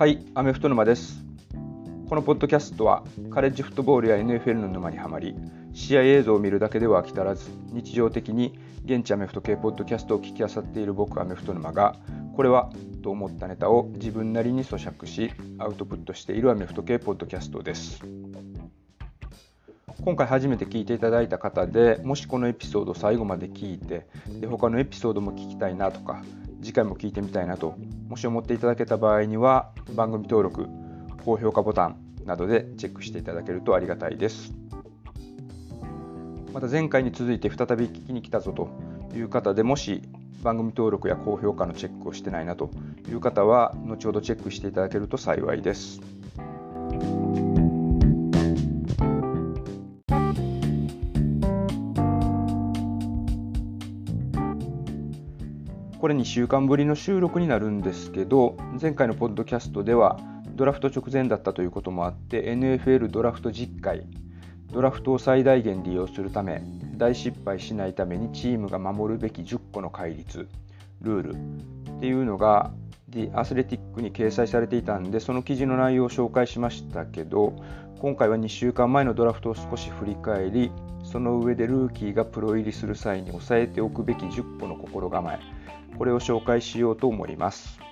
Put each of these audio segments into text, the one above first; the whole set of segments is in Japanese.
はい、アメフト沼です。このポッドキャストはカレッジフットボールや NFL の沼にはまり、試合映像を見るだけでは飽き足らず、日常的に現地アメフト系ポッドキャストを聞き漁っている僕アメフト沼が、これはと思ったネタを自分なりに咀嚼しアウトプットしているアメフト系ポッドキャストです。今回初めて聞いていただいた方で、もしこのエピソードを最後まで聞いて、他のエピソードも聞きたいなとか、次回も聞いてみたいなともし思っていただけた場合には、番組登録、高評価ボタンなどでチェックしていただけるとありがたいです。また前回に続いて再び聞きに来たぞという方で、もし番組登録や高評価のチェックをしてないなという方は、後ほどチェックしていただけると幸いです。これ2週間ぶりの収録になるんですけど、前回のポッドキャストではドラフト直前だったということもあって、 NFL ドラフト実会、ドラフトを最大限利用するため、大失敗しないためにチームが守るべき10個の戒律、ルールっていうのが The Athletic に掲載されていたんで、その記事の内容を紹介しましたけど、今回は2週間前のドラフトを少し振り返り、その上でルーキーがプロ入りする際に押さえておくべき10個の心構え、これを紹介しようと思います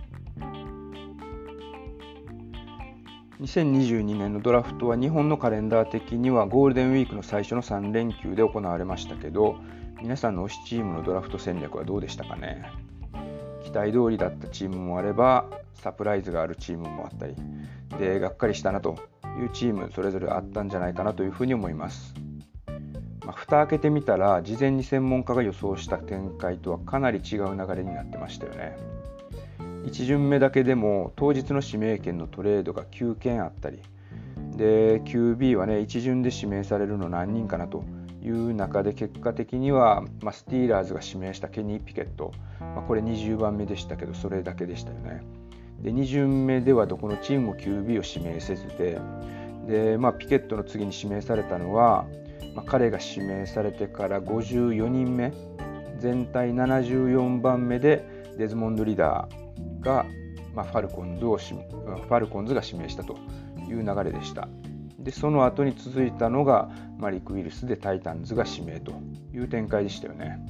。2022年のドラフトは日本のカレンダー的にはゴールデンウィークの最初の3連休で行われましたけど、皆さんの推しチームのドラフト戦略はどうでしたかね。期待通りだったチームもあれば、サプライズがあるチームもあったりで、がっかりしたなというチームそれぞれあったんじゃないかなというふうに思います。蓋開けてみたら、事前に専門家が予想した展開とはかなり違う流れになってましたよね。1巡目だけでも当日の指名権のトレードが9件あったりで、 QB はね1巡で指名されるの何人かなという中で、結果的には、スティーラーズが指名したケニー・ピケット、これ20番目でしたけど、それだけでしたよね。で2巡目ではどこのチームも QB を指名せずで、ピケットの次に指名されたのは、彼が指名されてから54人目、全体74番目でデズモンド・リダーが、ファルコンズが指名したという流れでした。でその後に続いたのがマリック・ウィルスでタイタンズが指名という展開でしたよね。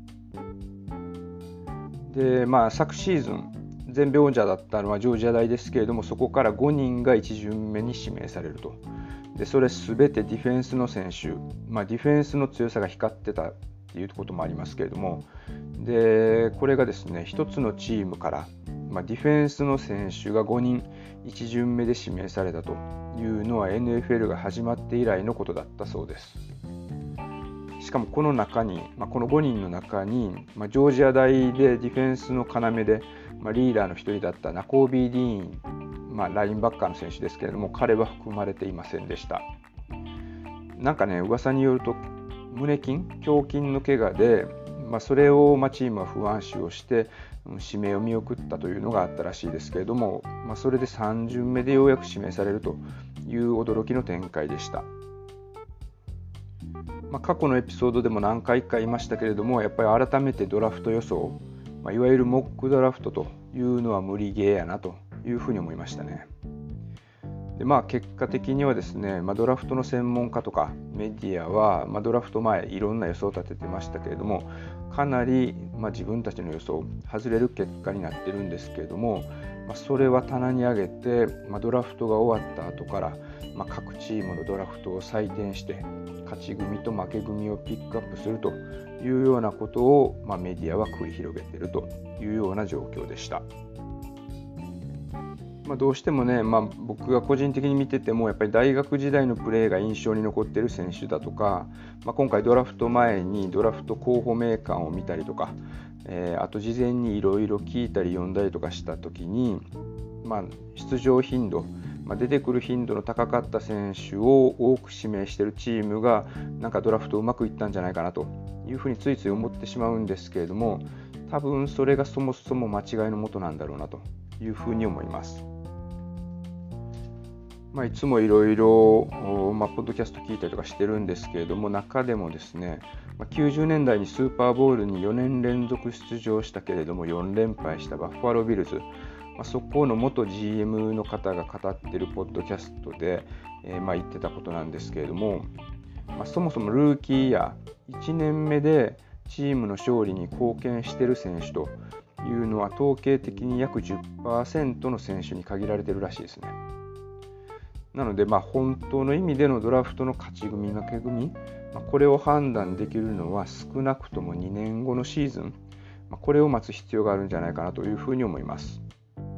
で、昨シーズン全米王者だったのはジョージア大ですけれども、そこから5人が1巡目に指名されると。でそれすべてディフェンスの選手、ディフェンスの強さが光ってたっていうこともありますけれども、でこれがですね、一つのチームから、ディフェンスの選手が5人1巡目で指名されたというのは NFL が始まって以来のことだったそうです。しかもこの中に、この5人の中に、ジョージア大でディフェンスの要で、リーダーの一人だったナコービー・ディーン、ラインバッカーの選手ですけれども、彼は含まれていませんでした。なんかね、噂によると胸筋、胸筋の怪我で、それをチームは不安視をして指名を見送ったというのがあったらしいですけれども、それで3巡目でようやく指名されるという驚きの展開でした。過去のエピソードでも何回か言いましたけれども、やっぱり改めてドラフト予想、いわゆるモックドラフトというのは無理ゲーやなというふうに思いましたね。で結果的にはですね、ドラフトの専門家とかメディアは、ドラフト前いろんな予想を立ててましたけれども、かなり、自分たちの予想外れる結果になってるんですけれども、それは棚に上げて、ドラフトが終わった後から、各チームのドラフトを採点して勝ち組と負け組をピックアップするというようなことを、メディアは繰り広げているというような状況でした。どうしてもね、僕が個人的に見てても、やっぱり大学時代のプレーが印象に残っている選手だとか、今回ドラフト前にドラフト候補名鑑を見たりとか、あと事前にいろいろ聞いたり読んだりとかした時に、出場頻度、出てくる頻度の高かった選手を多く指名しているチームがなんかドラフトうまくいったんじゃないかなというふうについつい思ってしまうんですけれども、多分それがそもそも間違いのもとなんだろうなというふうに思います。いつもいろいろポッドキャスト聞いたりとかしてるんですけれども、中でもですね、90年代にスーパーボウルに4年連続出場したけれども4連敗したバッファロービルズ、 そこの元 GM の方が語っているポッドキャストで、言ってたことなんですけれども、そもそもルーキーや1年目でチームの勝利に貢献している選手というのは統計的に約 10% の選手に限られているらしいですね。なので、本当の意味でのドラフトの勝ち組負け組、これを判断できるのは少なくとも2年後のシーズン、これを待つ必要があるんじゃないかなというふうに思います。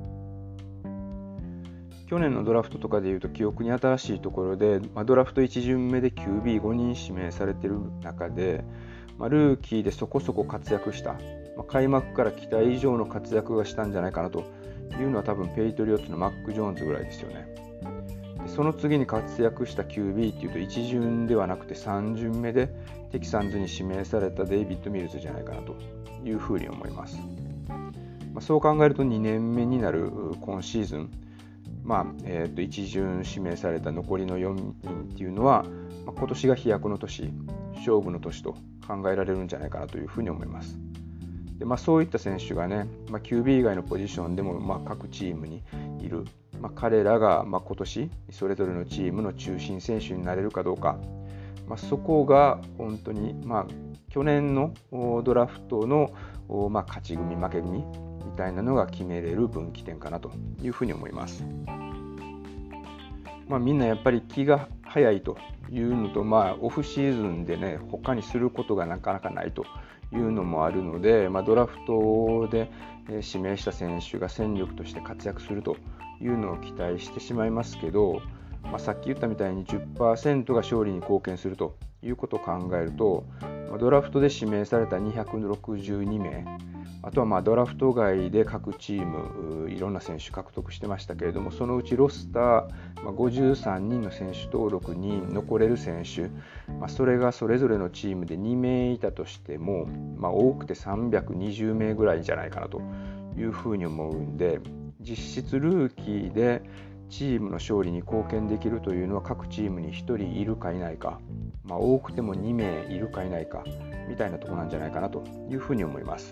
去年のドラフトとかでいうと記憶に新しいところで、ドラフト1巡目で QB5 人指名されている中で、ルーキーでそこそこ活躍した、開幕から期待以上の活躍がしたんじゃないかなというのは多分ペイトリオッツのマック・ジョーンズぐらいですよね。でその次に活躍した QB っていうと1巡ではなくて3巡目でテキサンズに指名されたデイビッド・ミルズじゃないかなというふうに思います。そう考えると2年目になる今シーズン、1巡指名された残りの4人っていうのは、今年が飛躍の年、勝負の年と考えられるんじゃないかなというふうに思います。でそういった選手がね、QB 以外のポジションでも各チームにいる、彼らが今年それぞれのチームの中心選手になれるかどうか、そこが本当に、去年のドラフトの勝ち組負け組みたいなのが決めれる分岐点かなというふうに思います。みんなやっぱり気が早いというのと、オフシーズンでね他にすることがなかなかないというのもあるので、ドラフトで指名した選手が戦力として活躍するというのを期待してしまいますけど、さっき言ったみたいに 10% が勝利に貢献するということを考えると、ドラフトで指名された262名、あとはドラフト外で各チームいろんな選手獲得してましたけれども、そのうちロスター、53人の選手登録に残れる選手、それがそれぞれのチームで2名いたとしても、多くて320名ぐらいじゃないかなというふうに思うんで、実質ルーキーでチームの勝利に貢献できるというのは各チームに1人いるかいないか、多くても2名いるかいないかみたいなところなんじゃないかなというふうに思います。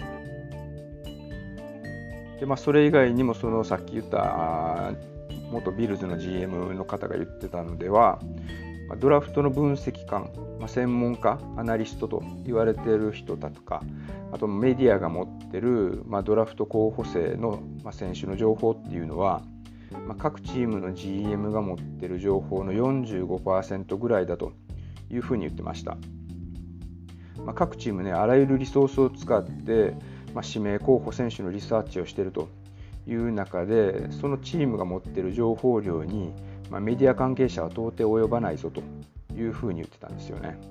でそれ以外にもさっき言った元ビルズの GM の方が言ってたのでは、ドラフトの分析官、専門家、アナリストと言われている人だとか、あとメディアが持っている、ドラフト候補生の、選手の情報っていうのは、各チームの GM が持っている情報の 45% ぐらいだというふうに言ってました。各チームね、あらゆるリソースを使って指名候補選手のリサーチをしているという中で、そのチームが持っている情報量に、メディア関係者は到底及ばないぞというふうに言ってたんですよね。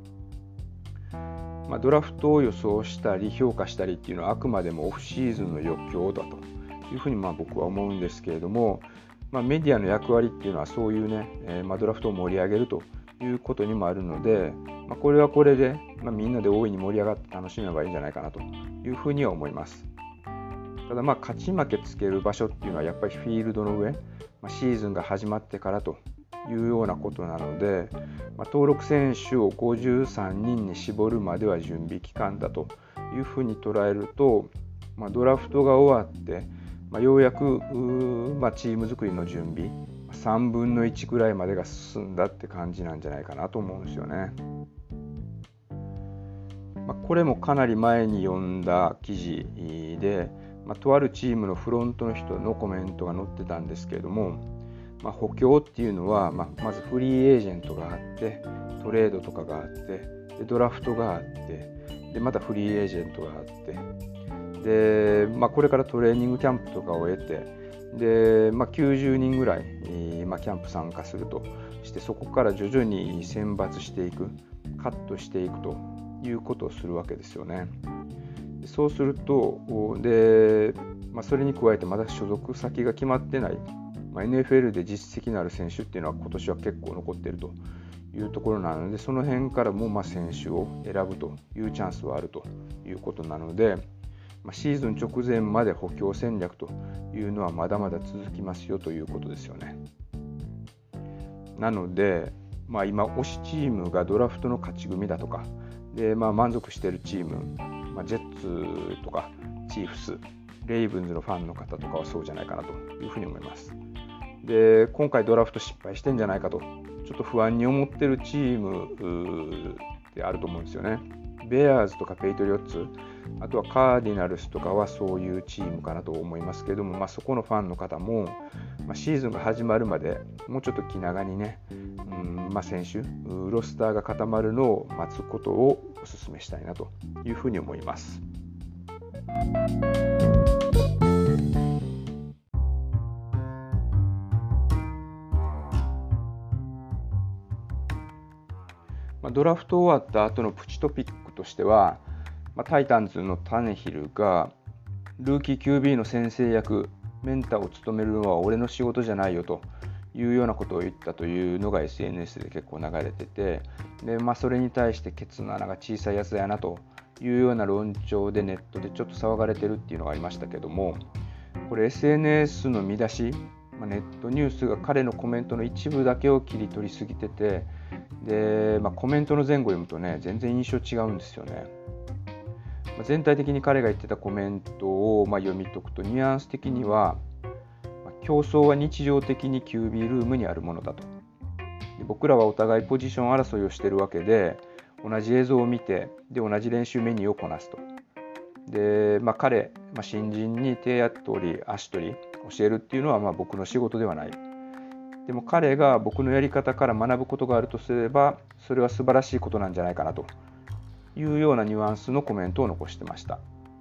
ドラフトを予想したり評価したりっていうのはあくまでもオフシーズンの余興だというふうに僕は思うんですけれども、メディアの役割っていうのはそういうね、ドラフトを盛り上げるということにもあるので、これはこれで、みんなで大いに盛り上がって楽しめばいいんじゃないかなというふうには思います。ただ勝ち負けつける場所っていうのはやっぱりフィールドの上、シーズンが始まってからというようなことなので、登録選手を53人に絞るまでは準備期間だというふうに捉えると、ドラフトが終わって、ようやくチーム作りの準備3分の1くらいまでが進んだって感じなんじゃないかなと思うんですよね。これもかなり前に読んだ記事で、とあるチームのフロントの人のコメントが載ってたんですけれども、補強っていうのは、まずフリーエージェントがあって、トレードとかがあって、でドラフトがあって、でまたフリーエージェントがあって、でこれからトレーニングキャンプとかを得て、で90人ぐらい、キャンプ参加するとして、そこから徐々に選抜していく、カットしていくということをするわけですよね。そうすると、それに加えてまだ所属先が決まってない、NFL で実績のある選手っていうのは今年は結構残っているというところなので、その辺からも選手を選ぶというチャンスはあるということなので、シーズン直前まで補強戦略というのはまだまだ続きますよということですよね。なので、今推しチームがドラフトの勝ち組だとか、で満足しているチーム、ジェッツとかチーフス、 レイブンズのファンの方とかはそうじゃないかなというふうに思います。で、今回ドラフト失敗してんじゃないかとちょっと不安に思ってるチームであると思うんですよね。ベアーズとかペイトリオッツ、あとはカーディナルスとかはそういうチームかなと思いますけども、そこのファンの方も、シーズンが始まるまでもうちょっと気長にね、選手ロスターが固まるのを待つことをお勧めしたいなというふうに思います。ドラフト終わった後のプチトピックとしては、タイタンズのタネヒルがルーキー QB の先生役、メンターを務めるのは俺の仕事じゃないよというようなことを言ったというのが SNS で結構流れてて、で、それに対してケツの穴が小さいやつやなというような論調でネットでちょっと騒がれてるっていうのがありましたけども、これ SNS の見出し、ネットニュースが彼のコメントの一部だけを切り取りすぎてて、で、コメントの前後読むとね、全然印象違うんですよね。全体的に彼が言ってたコメントを読み解くと、ニュアンス的には、競争は日常的に QB ルームにあるものだと。で、僕らはお互いポジション争いをしているわけで、同じ映像を見て、で同じ練習メニューをこなすと。で、彼、新人に手や取り足取り教えるっていうのは僕の仕事ではない。でも彼が僕のやり方から学ぶことがあるとすれば、それは素晴らしいことなんじゃないかなというようなニュアンスのコメントを残してました。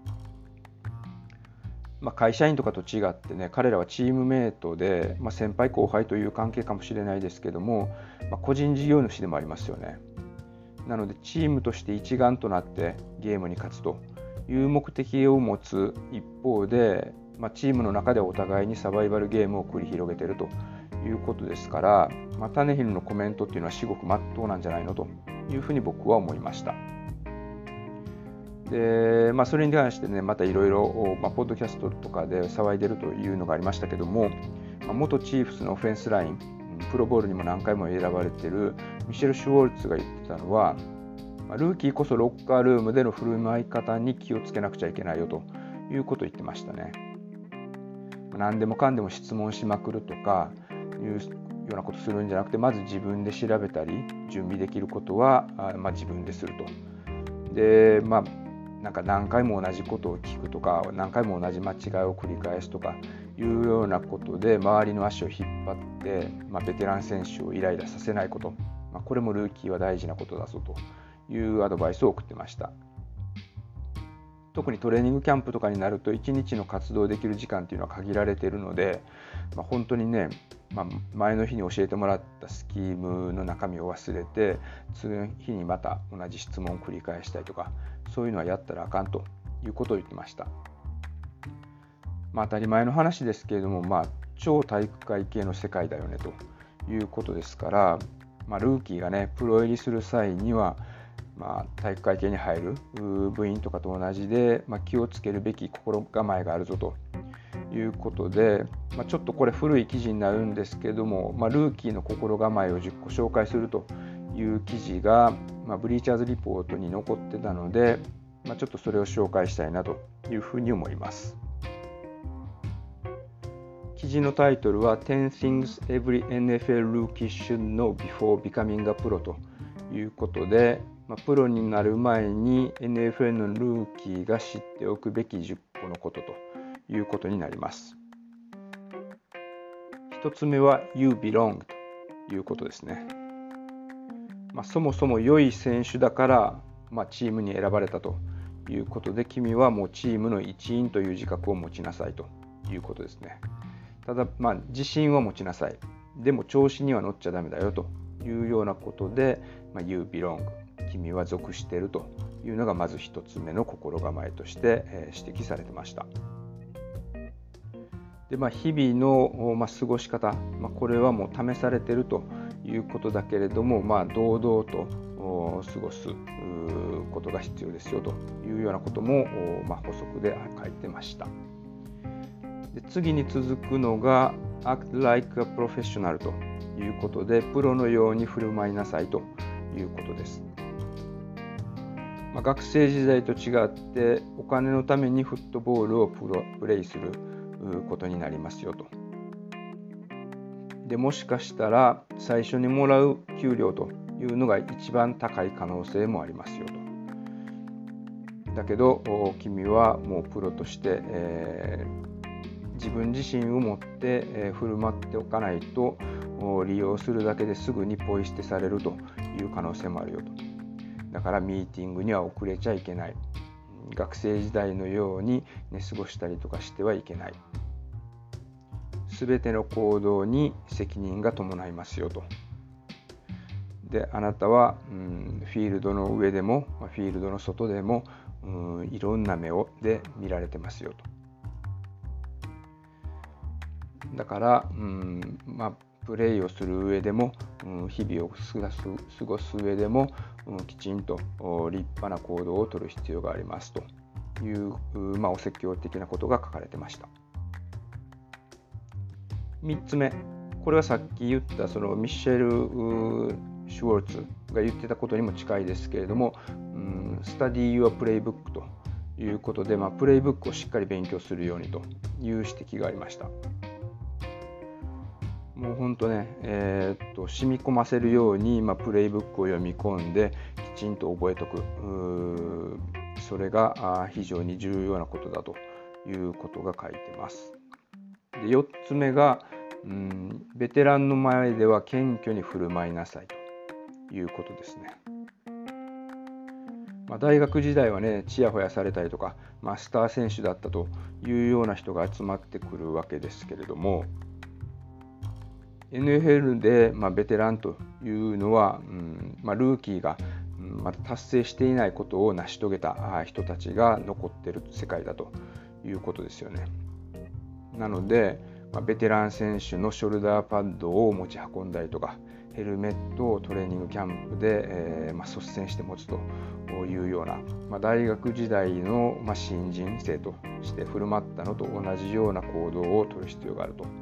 会社員とかと違ってね、彼らはチームメイトで、先輩後輩という関係かもしれないですけども、個人事業主でもありますよね。なのでチームとして一丸となってゲームに勝つという目的を持つ一方で、チームの中でお互いにサバイバルゲームを繰り広げているということですから、タネヒルのコメントっていうのは至極真っ当なんじゃないのというふうに僕は思いました。で、それに関してね、またいろいろポッドキャストとかで騒いでるというのがありましたけども、元チーフスのオフェンスライン、プロボールにも何回も選ばれているミシェル・シュウォルツが言ってたのは、ルーキーこそロッカールームでの振る舞い方に気をつけなくちゃいけないよということを言ってましたね。何でもかんでも質問しまくるとかいうようなことするんじゃなくて、まず自分で調べたり準備できることは自分ですると。で、何回も同じことを聞くとか、何回も同じ間違いを繰り返すとかいうようなことで周りの足を引っ張って、ベテラン選手をイライラさせないこと、これもルーキーは大事なことだぞというアドバイスを送ってました。特にトレーニングキャンプとかになると1日の活動できる時間っていうのは限られているので、本当にね、前の日に教えてもらったスキームの中身を忘れて次の日にまた同じ質問を繰り返したりとか、そういうのはやったらあかんということを言ってました。当たり前の話ですけれども、超体育会系の世界だよねということですから、ルーキーがねプロ入りする際には体育会系に入る部員とかと同じで、気をつけるべき心構えがあるぞということで、ちょっとこれ古い記事になるんですけども、ルーキーの心構えを10個紹介するという記事が、ブリーチャーズリポートに残ってたので、ちょっとそれを紹介したいなというふうに思います。記事のタイトルは 10 things every NFL rookie should know before becoming a pro ということで、プロになる前に NFL のルーキーが知っておくべき10個のことということになります。一つ目は You belong ということですね。そもそも良い選手だから、チームに選ばれたということで、君はもうチームの一員という自覚を持ちなさいということですね。ただ、自信は持ちなさい。でも調子には乗っちゃダメだよというようなことで、You belong、君は属しているというのがまず一つ目の心構えとして指摘されてました。で、日々の過ごし方、これはもう試されているということだけれども、堂々と過ごすことが必要ですよというようなことも補足で書いてました。で、次に続くのが Act like a professional ということで、プロのように振る舞いなさいということです。 学生時代と違ってお金のためにフットボールをプレイすることになりますよと。でもしかしたら最初にもらう給料というのが一番高い可能性もありますよと。だけど君はもうプロとして、自分自身を持って、振る舞っておかないと利用するだけですぐにポイ捨てされるという可能性もあるよと。だからミーティングには遅れちゃいけない。学生時代のように寝過ごしたりとかしてはいけない。すべての行動に責任が伴いますよと。で、あなたは、フィールドの上でもフィールドの外でもいろんな目で見られてますよと。だから、プレイをする上でも、日々を過ごす上でも、きちんと立派な行動をとる必要がありますという、お説教的なことが書かれてました。3つ目、これはさっき言ったそのミシェル・シュウォルツが言ってたことにも近いですけれども、スタディ・ユア・プレイブックということで、プレイブックをしっかり勉強するようにという指摘がありました。もう本当ね、染み込ませるように、プレイブックを読み込んできちんと覚えておく、それが非常に重要なことだということが書いてます。で、4つ目が、ベテランの前では謙虚に振る舞いなさいということですね。大学時代はね、ちやほやされたりとか、スター選手だったというような人が集まってくるわけですけれども、NFL で、ベテランというのは、ルーキーが、まだ達成していないことを成し遂げた人たちが残っている世界だということですよね。なので、ベテラン選手のショルダーパッドを持ち運んだりとか、ヘルメットをトレーニングキャンプで、率先して持つというような、大学時代の、新人生として振る舞ったのと同じような行動をとる必要があると。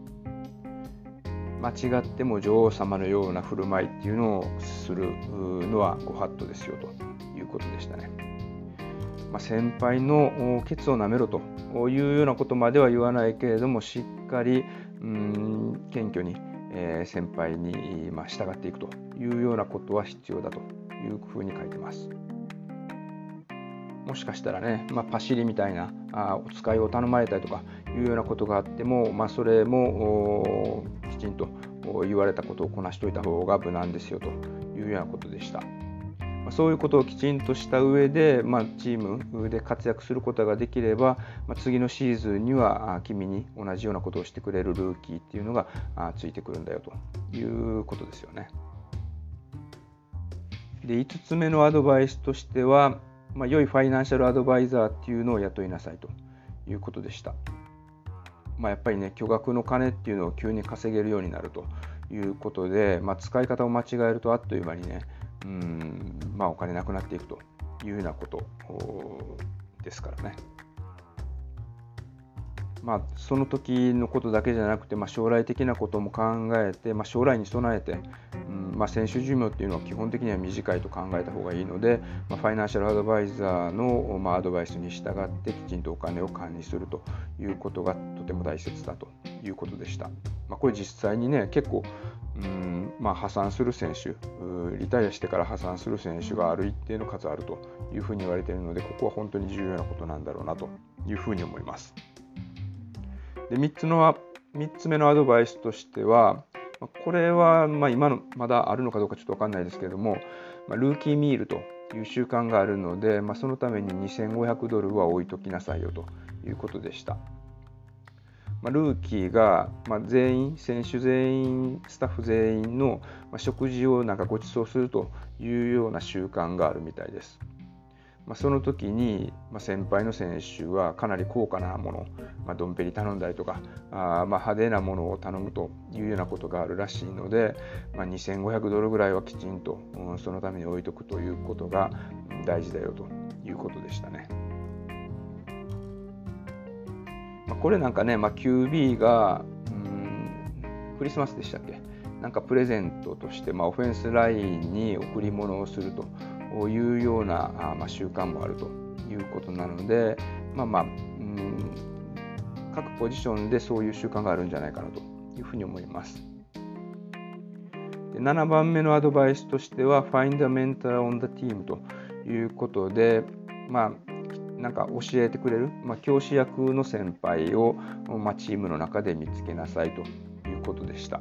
間違っても女王様のような振る舞いっていうのをするのはご法度ですよということでしたね。先輩のケツを舐めろというようなことまでは言わないけれども、しっかり謙虚に先輩に従っていくというようなことは必要だというふうに書いてます。もしかしたらね、パシリみたいなお使いを頼まれたりとかいうようなことがあっても、それもきちんと言われたことをこなしておいた方が無難ですよというようなことでした。そういうことをきちんとした上で、チームで活躍することができれば、次のシーズンには君に同じようなことをしてくれるルーキーっていうのがついてくるんだよということですよね。で、5つ目のアドバイスとしては、良いファイナンシャルアドバイザーっていうのを雇いなさいということでした。やっぱりね、巨額の金っていうのを急に稼げるようになるということで、使い方を間違えるとあっという間にね、お金なくなっていくというようなことですからね。その時のことだけじゃなくて、将来的なことも考えて、将来に備えて、選手寿命っていうのは基本的には短いと考えた方がいいので、ファイナンシャルアドバイザーの、アドバイスに従ってきちんとお金を管理するということがとても大切だということでした。これ実際にね、結構破産する選手、リタイアしてから破産する選手がある一定の数あるというふうに言われているので、ここは本当に重要なことなんだろうなというふうに思います。で、3つ目のアドバイスとしては、これは今のまだあるのかどうかちょっと分かんないですけれども、ルーキーミールという習慣があるので、そのために$2500は置いときなさいよということでした。ルーキーが全員、選手全員、スタッフ全員の食事をご馳走するというような習慣があるみたいです。その時に先輩の選手はかなり高価なもの、ドンペリ頼んだりとか派手なものを頼むというようなことがあるらしいので、$2500ぐらいはきちんとそのために置いとくということが大事だよということでしたね。これQB がクリスマスでしたっけ、プレゼントとしてオフェンスラインに贈り物をするというような習慣もあるということなので、各ポジションでそういう習慣があるんじゃないかなというふうに思います。で、7番目のアドバイスとしては Find a mentor on the team ということで、なんか教えてくれる、教師役の先輩を、チームの中で見つけなさいということでした。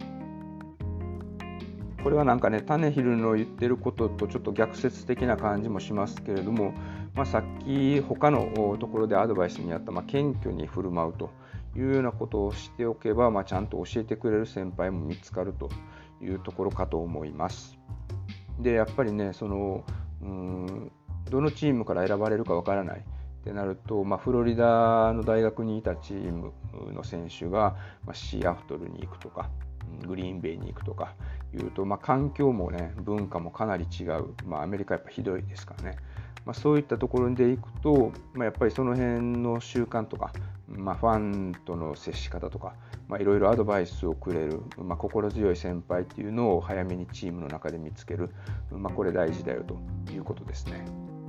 これはなんかね、タネヒルの言ってることとちょっと逆説的な感じもしますけれども、さっき他のところでアドバイスにあった、謙虚に振る舞うというようなことをしておけば、ちゃんと教えてくれる先輩も見つかるというところかと思います。で、やっぱりね、どのチームから選ばれるかわからないってなると、フロリダの大学にいたチームの選手が、シアトルに行くとか、グリーンベイに行くとかいうと、環境もね、文化もかなり違う、アメリカやっぱひどいですからね、そういったところで行くと、やっぱりその辺の習慣とか、ファンとの接し方とか、いろいろアドバイスをくれる、心強い先輩っていうのを早めにチームの中で見つける、これ大事だよということですね。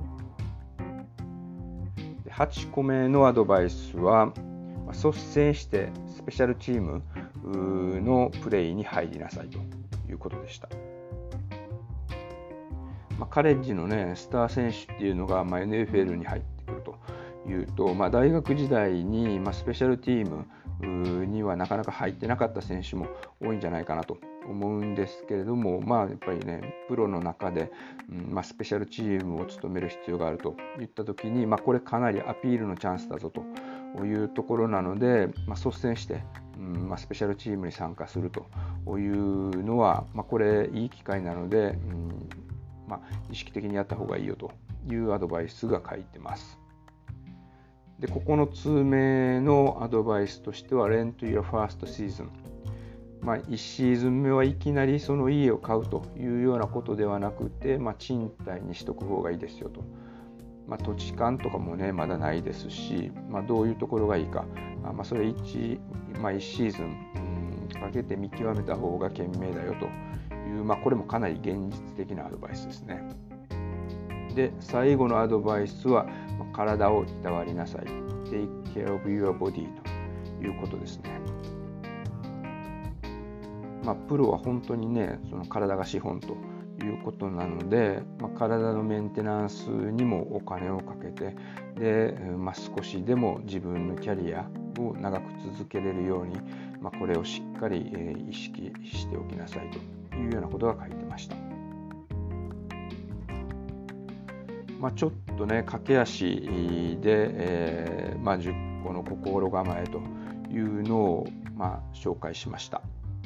で、8個目のアドバイスは、率先してスペシャルチームのプレーに入りなさいということでした。カレッジのね、スター選手っていうのが、NFL に入ってくるというと、大学時代に、スペシャルチームにはなかなか入ってなかった選手も多いんじゃないかなと思うんですけれども、やっぱりね、プロの中で、スペシャルチームを務める必要があるといった時に、これかなりアピールのチャンスだぞというところなので、率先して、スペシャルチームに参加するというのは、これいい機会なので、意識的にやった方がいいよというアドバイスが書いてます。で、9つ目のアドバイスとしては Rent your first season。1シーズン目はいきなりその家を買うというようなことではなくて、賃貸にしとく方がいいですよと。土地勘とかもね、まだないですし、どういうところがいいか、それ1シーズンかけて見極めた方が賢明だよという、これもかなり現実的なアドバイスですね。で、最後のアドバイスは、体をいたわりなさい。Take care of your body ということですね。プロは本当にね、その体が資本ということなので、体のメンテナンスにもお金をかけて、で、少しでも自分のキャリアを長く続けれるように、これをしっかり意識しておきなさいというようなことが書いてました。ちょっとね、駆け足で、10個の心構えというのを、紹介しました。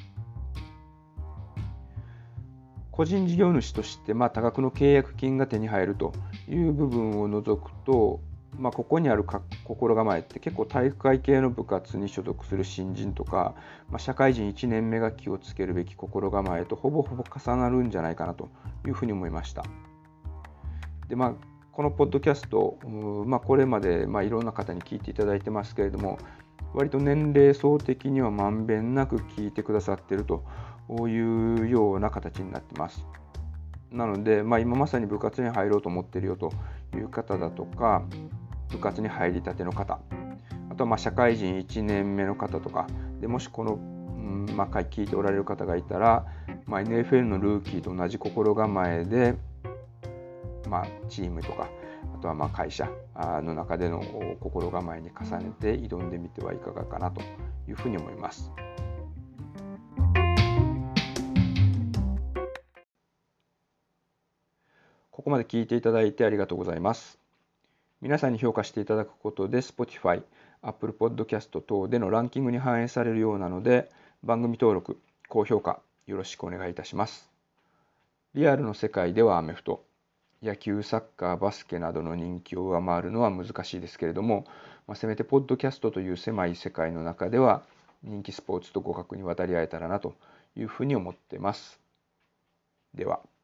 個人事業主として、多額の契約金が手に入るという部分を除くと、ここにある心構えって結構体育会系の部活に所属する新人とか、社会人1年目が気をつけるべき心構えとほぼほぼ重なるんじゃないかなというふうに思いました。で、このポッドキャスト、これまでいろんな方に聞いていただいてますけれども、割と年齢層的にはまんべんなく聞いてくださっているというような形になってます。なので、今まさに部活に入ろうと思っているよという方だとか、部活に入りたての方、あとは社会人1年目の方とかで、もしこの回聞いておられる方がいたら、NFL のルーキーと同じ心構えで、チームとか、あとは会社の中での心構えに重ねて挑んでみてはいかがかなというふうに思います。ここまで聞いていただいてありがとうございます。皆さんに評価していただくことで Spotify、Apple Podcast 等でのランキングに反映されるようなので、番組登録、高評価よろしくお願いいたします。リアルの世界ではアメフト、野球、サッカー、バスケなどの人気を上回るのは難しいですけれども、せめてポッドキャストという狭い世界の中では人気スポーツと互角に渡り合えたらなというふうに思っています。では。